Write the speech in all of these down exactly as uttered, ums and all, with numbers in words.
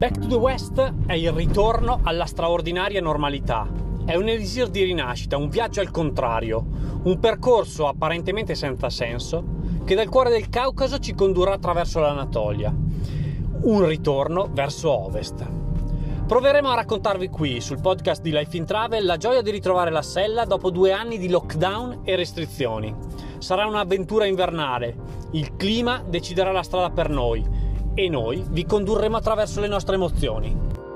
Back to the West è il ritorno alla straordinaria normalità. È un elisir di rinascita, un viaggio al contrario, un percorso apparentemente senza senso che dal cuore del Caucaso ci condurrà attraverso l'Anatolia. Un ritorno verso ovest. Proveremo a raccontarvi qui, sul podcast di Life in Travel, la gioia di ritrovare la sella dopo due anni di lockdown e restrizioni. Sarà un'avventura invernale. Il clima deciderà la strada per noi e noi vi condurremo attraverso le nostre emozioni.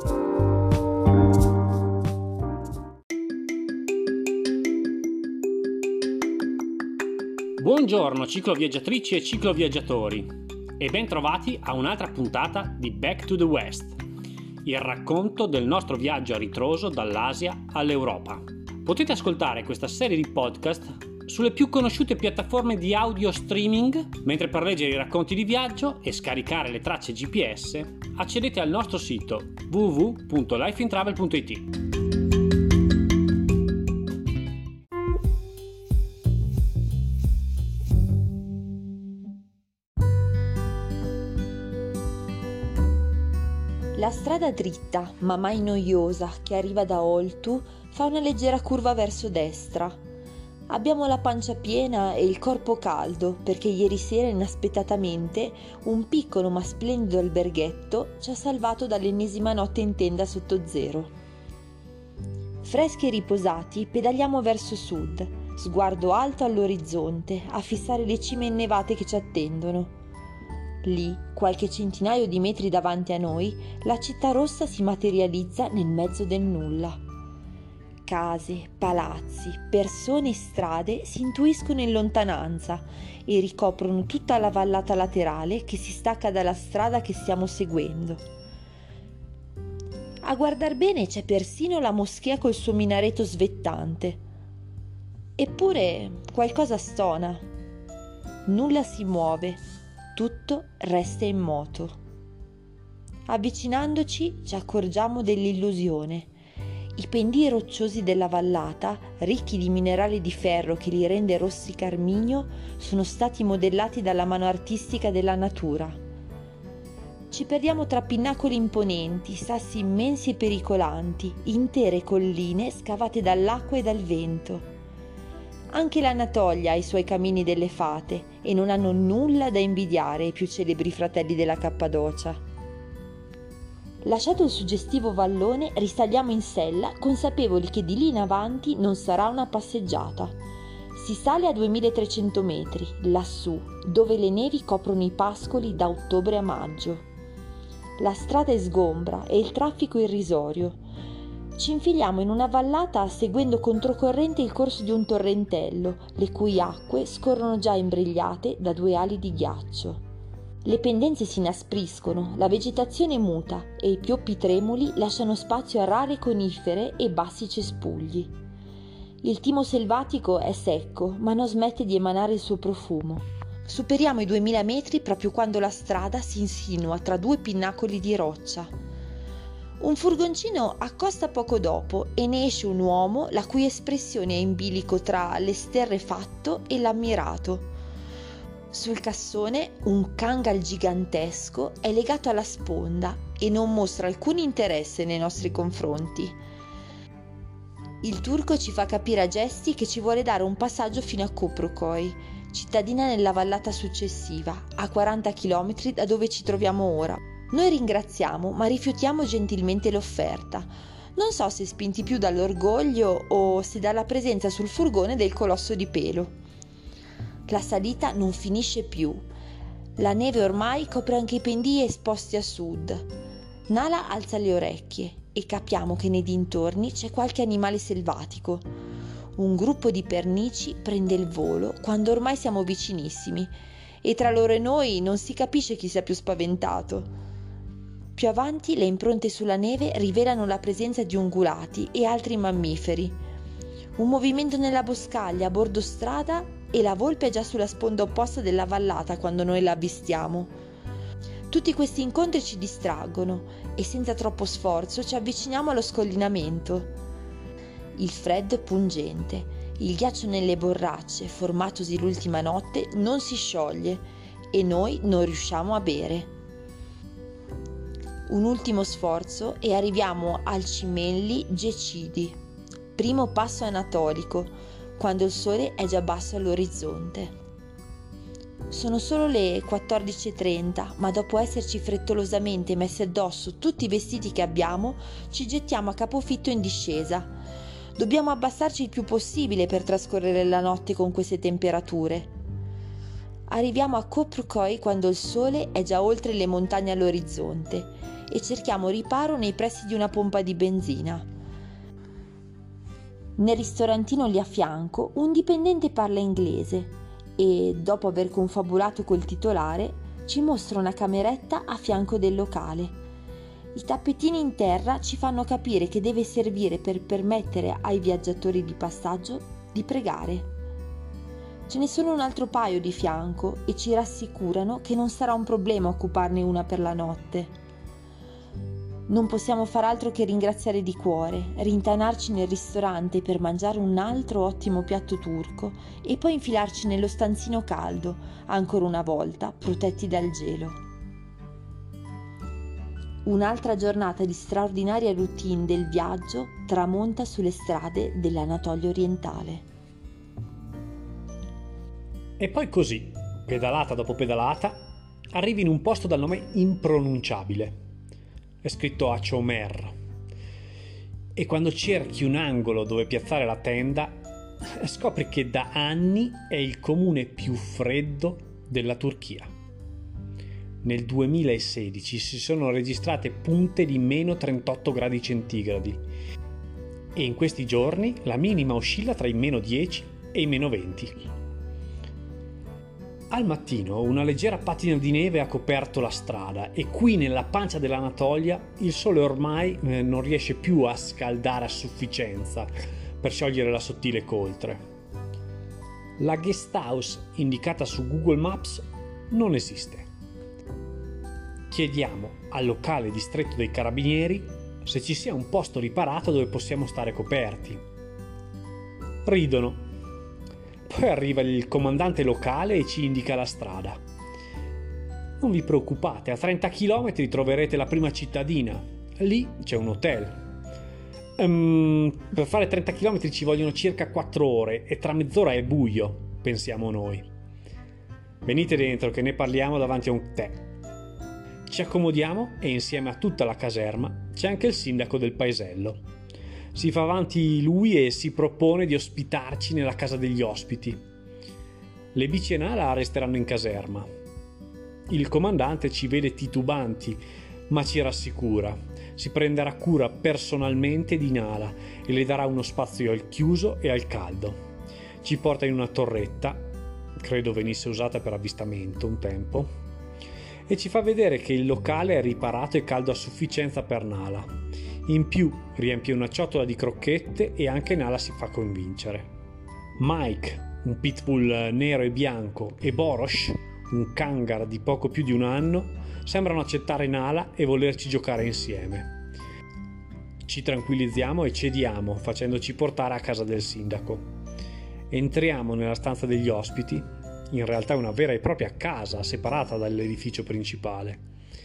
Buongiorno cicloviaggiatrici e cicloviaggiatori e ben trovati a un'altra puntata di Back to the West, il racconto del nostro viaggio a ritroso dall'Asia all'Europa. Potete ascoltare questa serie di podcast sulle più conosciute piattaforme di audio streaming, mentre per leggere i racconti di viaggio e scaricare le tracce G P S accedete al nostro sito w w w punto life in travel punto i t. La strada dritta, ma mai noiosa, che arriva da Oltu, fa una leggera curva verso destra. Abbiamo la pancia piena e il corpo caldo perché ieri sera inaspettatamente un piccolo ma splendido alberghetto ci ha salvato dall'ennesima notte in tenda sotto zero. Freschi e riposati pedaliamo verso sud, sguardo alto all'orizzonte a fissare le cime innevate che ci attendono. Lì, qualche centinaio di metri davanti a noi, la città rossa si materializza nel mezzo del nulla. Case, palazzi, persone e strade si intuiscono in lontananza e ricoprono tutta la vallata laterale che si stacca dalla strada che stiamo seguendo. A guardar bene c'è persino la moschea col suo minareto svettante. Eppure qualcosa stona. Nulla si muove, tutto resta immoto. Avvicinandoci ci accorgiamo dell'illusione. I pendii rocciosi della vallata, ricchi di minerali di ferro che li rende rossi carminio, sono stati modellati dalla mano artistica della natura. Ci perdiamo tra pinnacoli imponenti, sassi immensi e pericolanti, intere colline scavate dall'acqua e dal vento. Anche l'Anatolia ha i suoi cammini delle fate e non hanno nulla da invidiare ai più celebri fratelli della Cappadocia. Lasciato il suggestivo vallone, risaliamo in sella, consapevoli che di lì in avanti non sarà una passeggiata. Si sale a duemilatrecento metri, lassù, dove le nevi coprono i pascoli da ottobre a maggio. La strada è sgombra e il traffico irrisorio. Ci infiliamo in una vallata seguendo controcorrente il corso di un torrentello, le cui acque scorrono già imbrigliate da due ali di ghiaccio. Le pendenze si inaspriscono, la vegetazione muta e i pioppi tremuli lasciano spazio a rare conifere e bassi cespugli. Il timo selvatico è secco, ma non smette di emanare il suo profumo. Superiamo i duemila metri proprio quando la strada si insinua tra due pinnacoli di roccia. Un furgoncino accosta poco dopo e ne esce un uomo la cui espressione è in bilico tra l'esterrefatto e l'ammirato. Sul cassone un kangal gigantesco è legato alla sponda e non mostra alcun interesse nei nostri confronti. Il turco ci fa capire a gesti che ci vuole dare un passaggio fino a Koprokoj, cittadina nella vallata successiva, a quaranta chilometri da dove ci troviamo ora. Noi ringraziamo, ma rifiutiamo gentilmente l'offerta. Non so se spinti più dall'orgoglio o se dalla presenza sul furgone del colosso di pelo. La salita non finisce più. La neve ormai copre anche i pendii esposti a sud. Nala alza le orecchie e capiamo che nei dintorni c'è qualche animale selvatico. Un gruppo di pernici prende il volo quando ormai siamo vicinissimi e tra loro e noi non si capisce chi sia più spaventato. Più avanti le impronte sulla neve rivelano la presenza di ungulati e altri mammiferi. Un movimento nella boscaglia a bordo strada e la volpe è già sulla sponda opposta della vallata quando noi la avvistiamo. Tutti questi incontri ci distraggono e senza troppo sforzo ci avviciniamo allo scollinamento. Il freddo è pungente, il ghiaccio nelle borracce, formatosi l'ultima notte, non si scioglie e noi non riusciamo a bere. Un ultimo sforzo e arriviamo al Cimelli Gecidi, primo passo anatolico, quando il sole è già basso all'orizzonte. Sono solo le quattordici e trenta, ma dopo esserci frettolosamente messi addosso tutti i vestiti che abbiamo, ci gettiamo a capofitto in discesa. Dobbiamo abbassarci il più possibile per trascorrere la notte con queste temperature. Arriviamo a Koprkoi quando il sole è già oltre le montagne all'orizzonte e cerchiamo riparo nei pressi di una pompa di benzina. Nel ristorantino lì a fianco un dipendente parla inglese e, dopo aver confabulato col titolare, ci mostra una cameretta a fianco del locale. I tappetini in terra ci fanno capire che deve servire per permettere ai viaggiatori di passaggio di pregare. Ce ne sono un altro paio di fianco e ci rassicurano che non sarà un problema occuparne una per la notte. Non possiamo far altro che ringraziare di cuore, rintanarci nel ristorante per mangiare un altro ottimo piatto turco e poi infilarci nello stanzino caldo, ancora una volta protetti dal gelo. Un'altra giornata di straordinaria routine del viaggio tramonta sulle strade dell'Anatolia orientale. E poi così, pedalata dopo pedalata, arrivi in un posto dal nome impronunciabile. È scritto a Chomer. E quando cerchi un angolo dove piazzare la tenda, scopri che da anni è il comune più freddo della Turchia. Nel duemilasedici si sono registrate punte di meno trentotto gradi centigradi e in questi giorni la minima oscilla tra i meno dieci e i meno venti. Al mattino una leggera patina di neve ha coperto la strada e qui nella pancia dell'Anatolia il sole ormai eh, non riesce più a scaldare a sufficienza per sciogliere la sottile coltre. La guest house indicata su Google Maps non esiste. Chiediamo al locale distretto dei carabinieri se ci sia un posto riparato dove possiamo stare coperti. Ridono. Poi arriva il comandante locale e ci indica la strada. Non vi preoccupate, a trenta chilometri troverete la prima cittadina. Lì c'è un hotel. Um, per fare trenta chilometri ci vogliono circa quattro ore e tra mezz'ora è buio, pensiamo noi. Venite dentro che ne parliamo davanti a un tè. Ci accomodiamo e insieme a tutta la caserma c'è anche il sindaco del paesello. Si fa avanti lui e si propone di ospitarci nella casa degli ospiti. Le bici e Nala resteranno in caserma. Il comandante ci vede titubanti, ma ci rassicura. Si prenderà cura personalmente di Nala e le darà uno spazio al chiuso e al caldo. Ci porta in una torretta, credo venisse usata per avvistamento un tempo, e ci fa vedere che il locale è riparato e caldo a sufficienza per Nala. In più riempie una ciotola di crocchette e anche Nala si fa convincere. Mike, un pitbull nero e bianco, e Boros, un kangar di poco più di un anno, sembrano accettare Nala e volerci giocare insieme. Ci tranquillizziamo e cediamo facendoci portare a casa del sindaco. Entriamo nella stanza degli ospiti, in realtà è una vera e propria casa separata dall'edificio principale.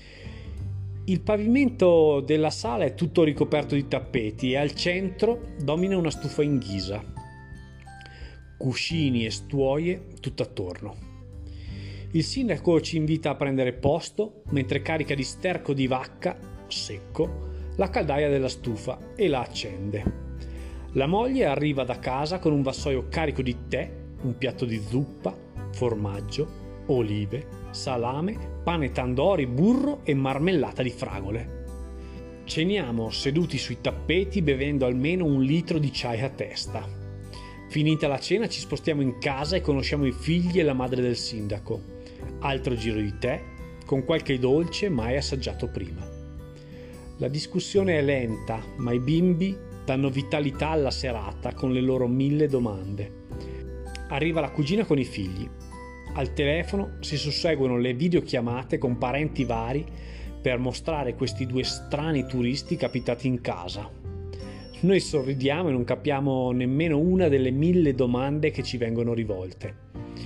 Il pavimento della sala è tutto ricoperto di tappeti e al centro domina una stufa in ghisa. Cuscini e stuoie tutt'attorno. Il sindaco ci invita a prendere posto mentre carica di sterco di vacca, secco, la caldaia della stufa e la accende. La moglie arriva da casa con un vassoio carico di tè, un piatto di zuppa, formaggio, olive, salame, pane tandori, burro e marmellata di fragole. Ceniamo seduti sui tappeti bevendo almeno un litro di chai a testa. Finita la cena ci spostiamo in casa e conosciamo i figli e la madre del sindaco. Altro giro di tè, con qualche dolce mai assaggiato prima. La discussione è lenta, ma i bimbi danno vitalità alla serata con le loro mille domande. Arriva la cugina con i figli. Al telefono si susseguono le videochiamate con parenti vari per mostrare questi due strani turisti capitati in casa. Noi sorridiamo e non capiamo nemmeno una delle mille domande che ci vengono rivolte.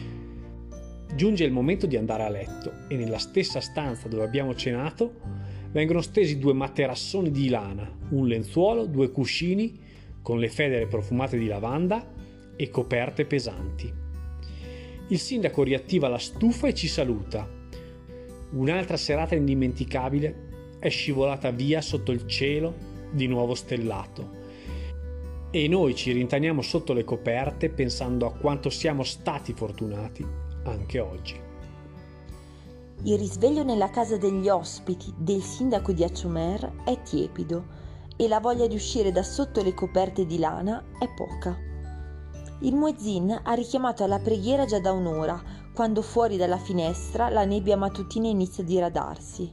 Giunge il momento di andare a letto e nella stessa stanza dove abbiamo cenato vengono stesi due materassoni di lana, un lenzuolo, due cuscini con le federe profumate di lavanda e coperte pesanti. Il sindaco riattiva la stufa e ci saluta. Un'altra serata indimenticabile è scivolata via sotto il cielo di nuovo stellato e noi ci rintaniamo sotto le coperte pensando a quanto siamo stati fortunati anche oggi. Il risveglio nella casa degli ospiti del sindaco di Achomer è tiepido e la voglia di uscire da sotto le coperte di lana è poca. Il muezzin ha richiamato alla preghiera già da un'ora, quando fuori dalla finestra la nebbia mattutina inizia a diradarsi.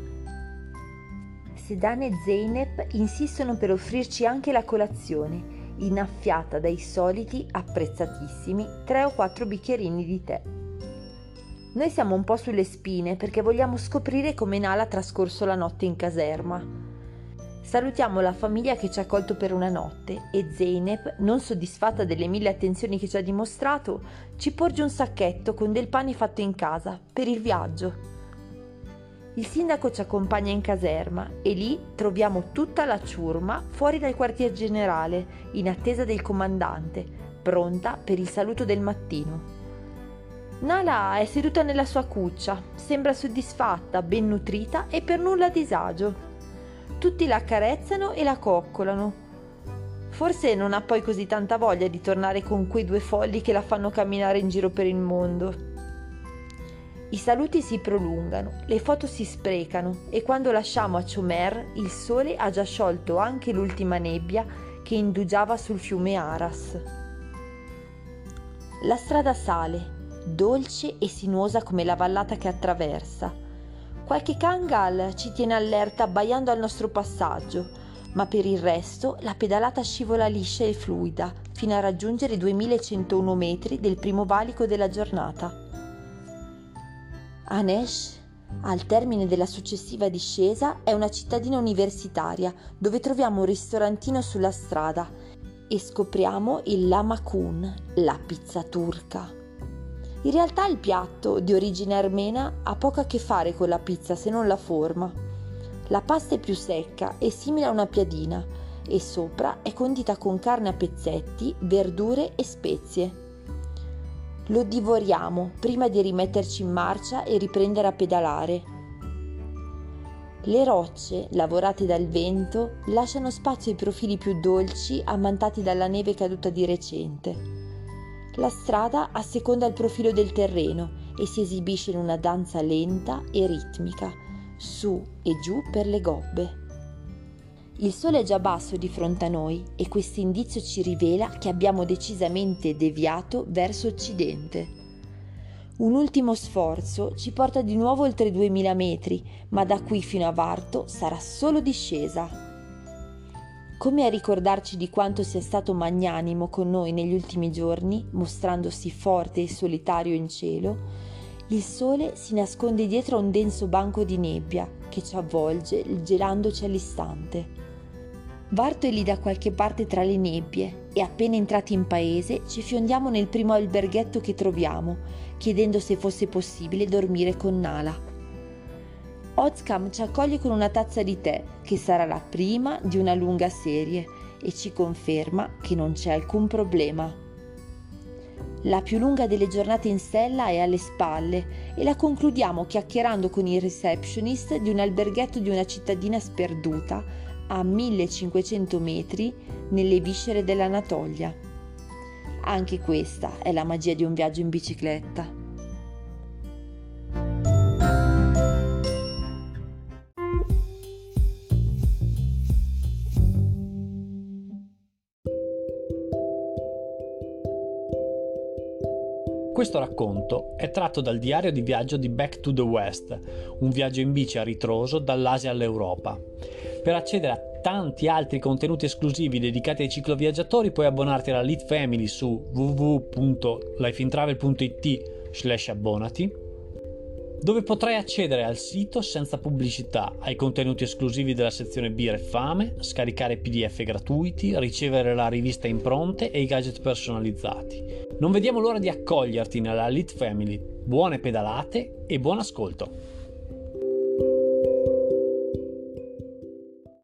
Sedan e Zeynep insistono per offrirci anche la colazione, innaffiata dai soliti apprezzatissimi tre o quattro bicchierini di tè. Noi siamo un po' sulle spine perché vogliamo scoprire come Nala ha trascorso la notte in caserma. Salutiamo la famiglia che ci ha accolto per una notte e Zeynep, non soddisfatta delle mille attenzioni che ci ha dimostrato, ci porge un sacchetto con del pane fatto in casa per il viaggio. Il sindaco ci accompagna in caserma e lì troviamo tutta la ciurma fuori dal quartier generale, in attesa del comandante, pronta per il saluto del mattino. Nala è seduta nella sua cuccia, sembra soddisfatta, ben nutrita e per nulla a disagio. Tutti la accarezzano e la coccolano. Forse non ha poi così tanta voglia di tornare con quei due folli che la fanno camminare in giro per il mondo. I saluti si prolungano, le foto si sprecano e quando lasciamo Achomer il sole ha già sciolto anche l'ultima nebbia che indugiava sul fiume Aras. La strada sale, dolce e sinuosa come la vallata che attraversa. Qualche kangal ci tiene allerta abbaiando al nostro passaggio, ma per il resto la pedalata scivola liscia e fluida fino a raggiungere i duemilacentouno metri del primo valico della giornata. Anesh, al termine della successiva discesa, è una cittadina universitaria dove troviamo un ristorantino sulla strada e scopriamo il Lamakun, la pizza turca. In realtà il piatto, di origine armena, ha poco a che fare con la pizza se non la forma. La pasta è più secca e simile a una piadina e sopra è condita con carne a pezzetti, verdure e spezie. Lo divoriamo prima di rimetterci in marcia e riprendere a pedalare. Le rocce, lavorate dal vento, lasciano spazio ai profili più dolci ammantati dalla neve caduta di recente. La strada asseconda il profilo del terreno e si esibisce in una danza lenta e ritmica, su e giù per le gobbe. Il sole è già basso di fronte a noi e questo indizio ci rivela che abbiamo decisamente deviato verso occidente. Un ultimo sforzo ci porta di nuovo oltre duemila metri, ma da qui fino a Varto sarà solo discesa. Come a ricordarci di quanto sia stato magnanimo con noi negli ultimi giorni, mostrandosi forte e solitario in cielo, il sole si nasconde dietro a un denso banco di nebbia che ci avvolge, gelandoci all'istante. Varto è lì da qualche parte tra le nebbie e appena entrati in paese ci fiondiamo nel primo alberghetto che troviamo, chiedendo se fosse possibile dormire con Nala. Ozcam ci accoglie con una tazza di tè, che sarà la prima di una lunga serie, e ci conferma che non c'è alcun problema. La più lunga delle giornate in sella è alle spalle e la concludiamo chiacchierando con il receptionist di un alberghetto di una cittadina sperduta a millecinquecento metri nelle viscere dell'Anatolia. Anche questa è la magia di un viaggio in bicicletta. Questo racconto è tratto dal diario di viaggio di Back to the West, un viaggio in bici a ritroso dall'Asia all'Europa. Per accedere a tanti altri contenuti esclusivi dedicati ai cicloviaggiatori puoi abbonarti alla Lead Family su w w w punto lifeintravel punto i t slash abbonati, dove potrai accedere al sito senza pubblicità, ai contenuti esclusivi della sezione birra e fame, scaricare P D F gratuiti, ricevere la rivista impronte e i gadget personalizzati. Non vediamo l'ora di accoglierti nella Lead Family. Buone pedalate e buon ascolto!